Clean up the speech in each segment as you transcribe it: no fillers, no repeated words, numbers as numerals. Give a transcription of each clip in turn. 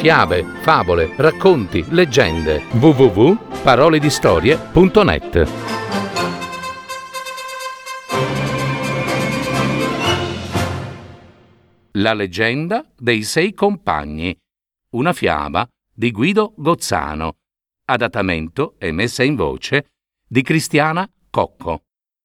fiabe, favole, racconti, leggende. www.paroledistorie.net. La leggenda dei 6 compagni. Una fiaba di Guido Gozzano. Adattamento e messa in voce di Cristiana Cocco.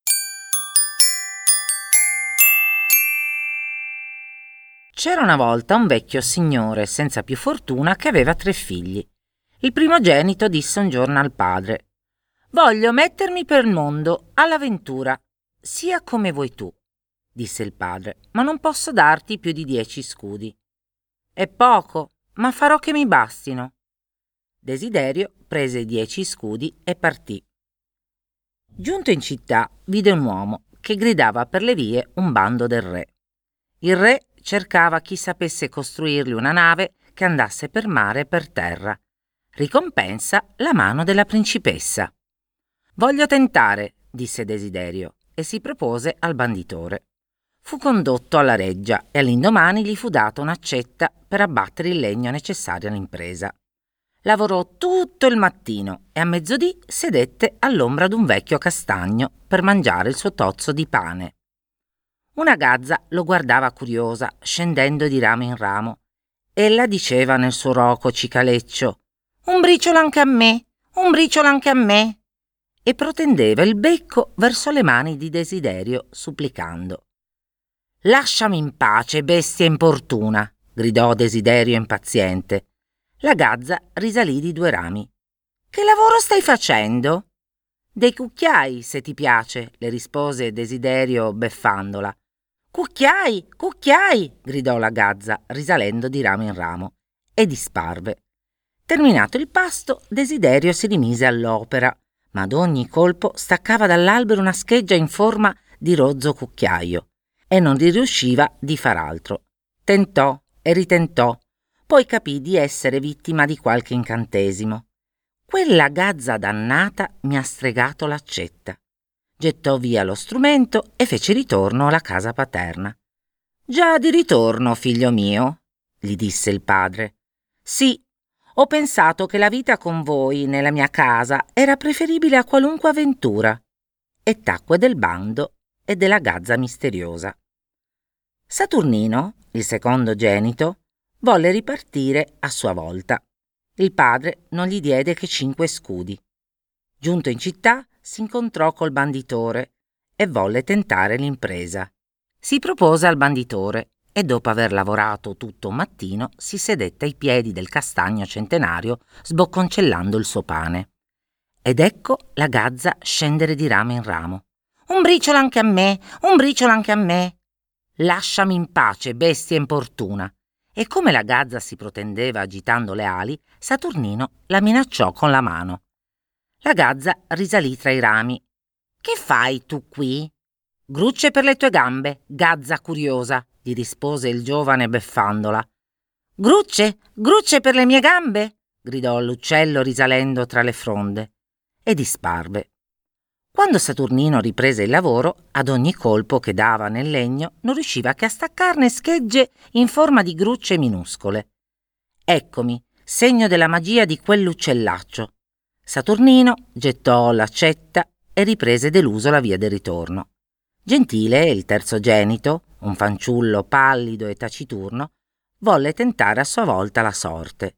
C'era una volta un vecchio signore senza più fortuna che aveva 3 figli. Il primogenito disse un giorno al padre: «Voglio mettermi per il mondo, all'avventura, sia come vuoi tu», disse il padre, «ma non posso darti più di 10 scudi». «È poco, ma farò che mi bastino». Desiderio prese i 10 scudi e partì. Giunto in città, vide un uomo che gridava per le vie un bando del re. Il re cercava chi sapesse costruirgli una nave che andasse per mare e per terra. Ricompensa la mano della principessa. «Voglio tentare», disse Desiderio, e si propose al banditore. Fu condotto alla reggia e all'indomani gli fu data un'accetta per abbattere il legno necessario all'impresa. Lavorò tutto il mattino e a mezzodì sedette all'ombra d'un vecchio castagno per mangiare il suo tozzo di pane. Una gazza lo guardava curiosa, scendendo di ramo in ramo. Ella diceva nel suo roco cicaleccio: «Un briciolo anche a me, un briciolo anche a me», e protendeva il becco verso le mani di Desiderio, supplicando. «Lasciami in pace, bestia importuna», gridò Desiderio impaziente. La gazza risalì di 2 rami. «Che lavoro stai facendo?» «Dei cucchiai, se ti piace», le rispose Desiderio beffandola. «Cucchiai, cucchiai», gridò la gazza, risalendo di ramo in ramo, e disparve. Terminato il pasto, Desiderio si rimise all'opera, ma ad ogni colpo staccava dall'albero una scheggia in forma di rozzo cucchiaio e non riusciva di far altro. Tentò e ritentò, poi capì di essere vittima di qualche incantesimo. «Quella gazza dannata mi ha stregato l'accetta». Gettò via lo strumento e fece ritorno alla casa paterna. «Già di ritorno, figlio mio?» gli disse il padre. «Sì, ho pensato che la vita con voi nella mia casa era preferibile a qualunque avventura», e tacque del bando e della gazza misteriosa. Saturnino, il secondogenito, volle ripartire a sua volta. Il padre non gli diede che 5 scudi. Giunto in città, si incontrò col banditore e volle tentare l'impresa. Si propose al banditore e dopo aver lavorato tutto un mattino si sedette ai piedi del castagno centenario sbocconcellando il suo pane. Ed ecco la gazza scendere di ramo in ramo. «Un briciolo anche a me, un briciolo anche a me». «Lasciami in pace, bestia importuna». E come la gazza si protendeva agitando le ali, Saturnino la minacciò con la mano. La gazza risalì tra i rami. «Che fai tu qui?» «Grucce per le tue gambe, gazza curiosa», gli rispose il giovane beffandola. «Grucce? Grucce per le mie gambe?» gridò l'uccello risalendo tra le fronde, e disparve. Quando Saturnino riprese il lavoro, ad ogni colpo che dava nel legno non riusciva che a staccarne schegge in forma di grucce minuscole. «Eccomi, segno della magia di quell'uccellaccio». Saturnino gettò l'accetta e riprese deluso la via del ritorno. Gentile, il terzogenito, un fanciullo pallido e taciturno, volle tentare a sua volta la sorte.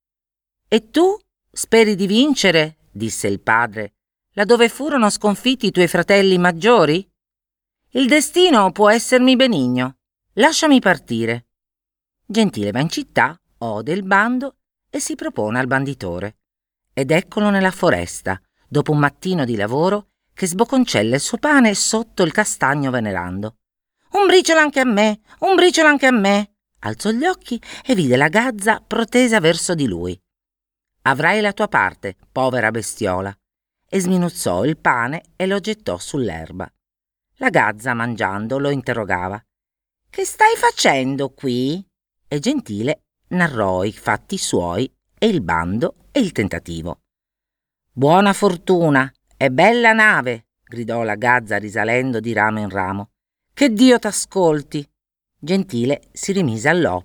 «E tu speri di vincere?» disse il padre, «laddove furono sconfitti i tuoi fratelli maggiori? Il destino può essermi benigno. Lasciami partire». Gentile va in città, ode il bando e si propone al banditore. Ed eccolo nella foresta, dopo un mattino di lavoro, che sbocconcella il suo pane sotto il castagno venerando. «Un briciolo anche a me, un briciolo anche a me». Alzò gli occhi e vide la gazza protesa verso di lui. «Avrai la tua parte, povera bestiola», e sminuzzò il pane e lo gettò sull'erba. La gazza, mangiando, lo interrogava. «Che stai facendo qui?» E Gentile narrò i fatti suoi e il bando e il tentativo. «Buona fortuna e bella nave», gridò la gazza risalendo di ramo in ramo. «Che Dio t'ascolti». Gentile si rimise all'opera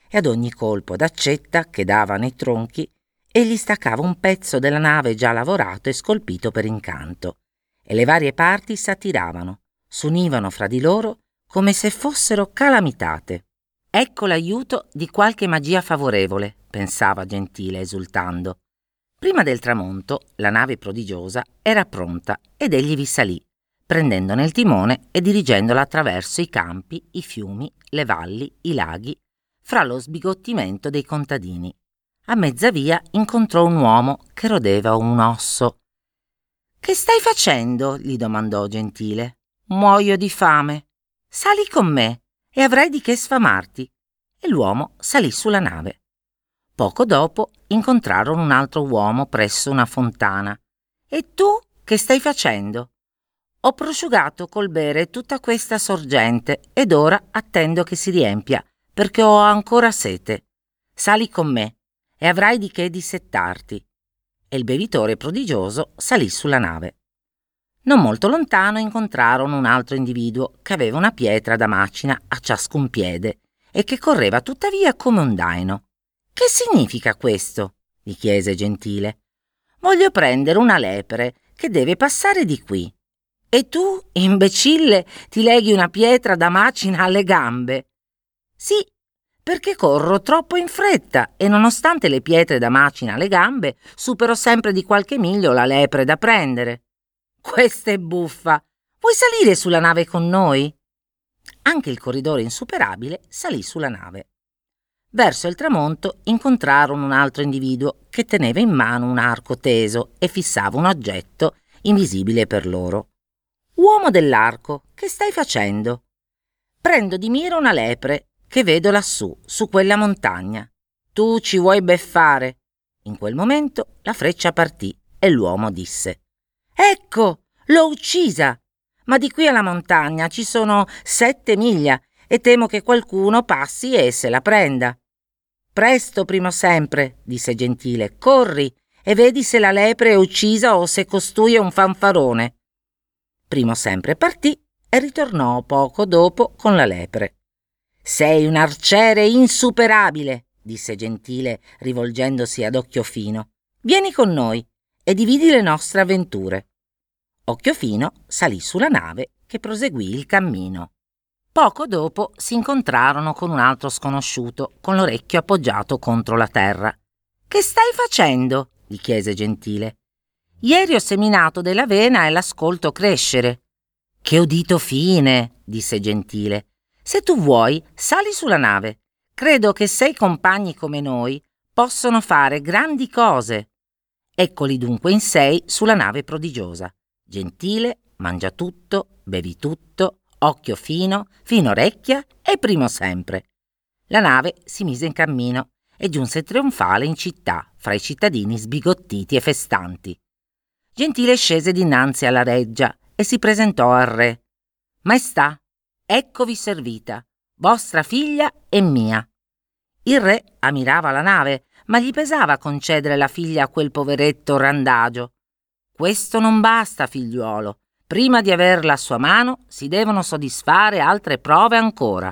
e ad ogni colpo d'accetta che dava nei tronchi egli staccava un pezzo della nave già lavorato e scolpito per incanto, e le varie parti s'attiravano, s'univano fra di loro come se fossero calamitate. Ecco l'aiuto di qualche magia favorevole, pensava Gentile esultando. Prima del tramonto la nave prodigiosa era pronta ed egli vi salì, prendendone il timone e dirigendola attraverso i campi, i fiumi, le valli, i laghi, fra lo sbigottimento dei contadini. A mezza via incontrò un uomo che rodeva un osso. «Che stai facendo?» gli domandò Gentile. «Muoio di fame. Sali con me e avrai di che sfamarti». E l'uomo salì sulla nave. Poco dopo incontrarono un altro uomo presso una fontana. «E tu che stai facendo?» «Ho prosciugato col bere tutta questa sorgente ed ora attendo che si riempia, perché ho ancora sete. Sali con me e avrai di che dissettarti». E il bevitore prodigioso salì sulla nave. Non molto lontano incontrarono un altro individuo che aveva una pietra da macina a ciascun piede e che correva tuttavia come un daino. «Che significa questo?» gli chiese Gentile. «Voglio prendere una lepre che deve passare di qui. E tu, imbecille, ti leghi una pietra da macina alle gambe?» «Sì, perché corro troppo in fretta e nonostante le pietre da macina alle gambe, supero sempre di qualche miglio la lepre da prendere». «Questa è buffa! Vuoi salire sulla nave con noi?» Anche il corridore insuperabile salì sulla nave. Verso il tramonto incontrarono un altro individuo che teneva in mano un arco teso e fissava un oggetto invisibile per loro. «Uomo dell'arco, che stai facendo?» «Prendo di mira una lepre che vedo lassù, su quella montagna. Tu ci vuoi beffare?» In quel momento la freccia partì e l'uomo disse: «Ecco, l'ho uccisa! Ma di qui alla montagna ci sono 7 miglia e temo che qualcuno passi e se la prenda». «Presto, primo sempre», disse Gentile, «corri e vedi se la lepre è uccisa o se costui è un fanfarone». Primo sempre partì e ritornò poco dopo con la lepre. «Sei un arciere insuperabile», disse Gentile rivolgendosi ad Occhiofino. «Vieni con noi e dividi le nostre avventure». Occhiofino salì sulla nave che proseguì il cammino. Poco dopo si incontrarono con un altro sconosciuto con l'orecchio appoggiato contro la terra. «Che stai facendo?» gli chiese Gentile. «Ieri ho seminato dell'avena e l'ascolto crescere». «Che udito fine!» disse Gentile. «Se tu vuoi, sali sulla nave. Credo che 6 compagni come noi possono fare grandi cose». Eccoli dunque in 6 sulla nave prodigiosa. Gentile, Mangiatutto, Bevitutto, Occhiofino, Finorecchia e Primo sempre. La nave si mise in cammino e giunse trionfale in città fra i cittadini sbigottiti e festanti. Gentile scese dinanzi alla reggia e si presentò al re. «Maestà, eccovi servita, vostra figlia e mia». Il re ammirava la nave, ma gli pesava concedere la figlia a quel poveretto randagio. «Questo non basta, figliuolo. Prima di averla a sua mano si devono soddisfare altre prove ancora».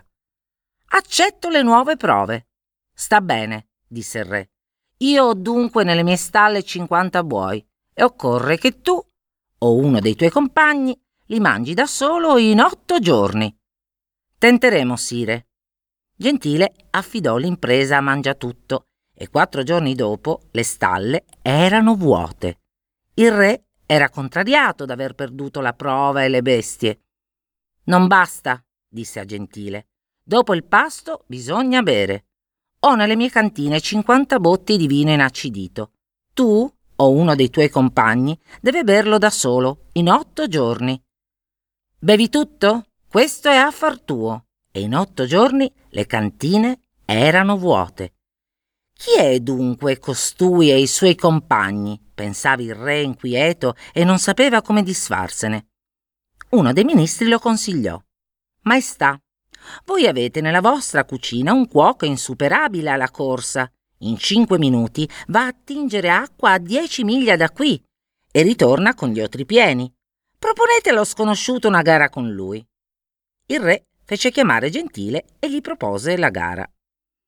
«Accetto le nuove prove». «Sta bene», disse il re. «Io ho dunque nelle mie stalle 50 buoi e occorre che tu o uno dei tuoi compagni li mangi da solo in 8 giorni». «Tenteremo, sire». Gentile affidò l'impresa a Mangiatutto e 4 giorni dopo le stalle erano vuote. Il re era contrariato d'aver perduto la prova e le bestie. «Non basta», disse a Gentile. «Dopo il pasto bisogna bere. Ho nelle mie cantine 50 botti di vino inacidito. Tu o uno dei tuoi compagni deve berlo da solo in 8 giorni. Bevi tutto? Questo è affar tuo». E in 8 giorni le cantine erano vuote. «Chi è dunque costui e i suoi compagni?» pensava il re inquieto e non sapeva come disfarsene. Uno dei ministri lo consigliò. «Maestà, voi avete nella vostra cucina un cuoco insuperabile alla corsa. In 5 minuti va a attingere acqua a 10 miglia da qui e ritorna con gli otri pieni. Proponete allo sconosciuto una gara con lui». Il re fece chiamare Gentile e gli propose la gara.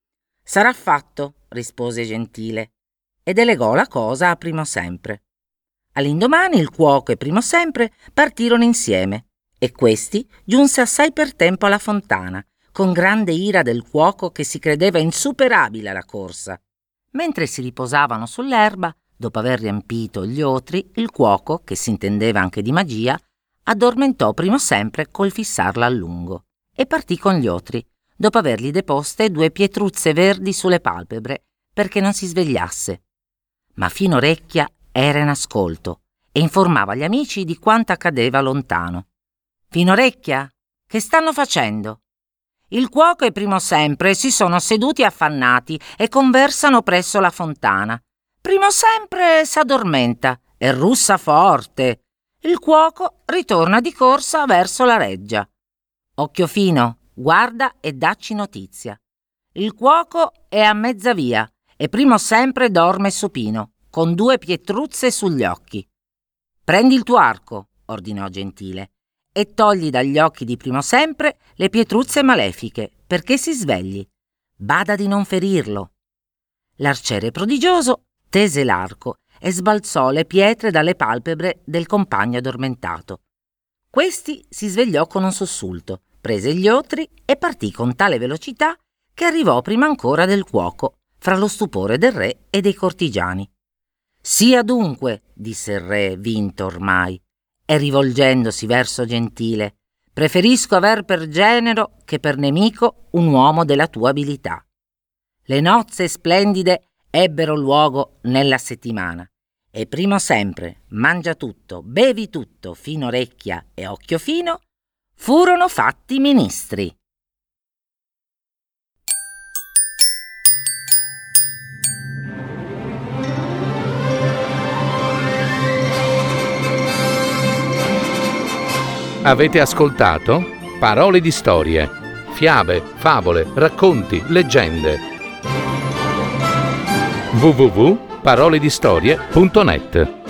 Sarà fatto, rispose Gentile, e delegò la cosa a Primo Sempre. All'indomani il cuoco e Primo Sempre partirono insieme, e questi giunse assai per tempo alla fontana, con grande ira del cuoco che si credeva insuperabile alla corsa. Mentre si riposavano sull'erba, dopo aver riempito gli otri, il cuoco, che si intendeva anche di magia, addormentò Primo Sempre col fissarla a lungo e partì con gli otri, dopo avergli deposte 2 pietruzze verdi sulle palpebre perché non si svegliasse. Ma Finorecchia era in ascolto e informava gli amici di quanto accadeva lontano. «Finorecchia, che stanno facendo?» «Il cuoco e Primo Sempre si sono seduti affannati e conversano presso la fontana. Primo Sempre s'addormenta e russa forte. Il cuoco ritorna di corsa verso la reggia. Occhiofino, guarda e dacci notizia. Il cuoco è a mezza via e Primo Sempre dorme supino, con 2 pietruzze sugli occhi. Prendi il tuo arco», ordinò Gentile, «e togli dagli occhi di Primo Sempre le pietruzze malefiche, perché si svegli. Bada di non ferirlo». L'arciere prodigioso tese l'arco e sbalzò le pietre dalle palpebre del compagno addormentato. Questi si svegliò con un sussulto, prese gli otri e partì con tale velocità che arrivò prima ancora del cuoco, fra lo stupore del re e dei cortigiani. «Sia dunque», disse il re, vinto ormai, e rivolgendosi verso Gentile, «preferisco aver per genero che per nemico un uomo della tua abilità». Le nozze splendide ebbero luogo nella settimana e Primo Sempre, Mangia tutto, bevi tutto, Finorecchia e Occhiofino furono fatti ministri. Avete ascoltato Parole di storie, fiabe, favole, racconti, leggende. www.paroledistorie.net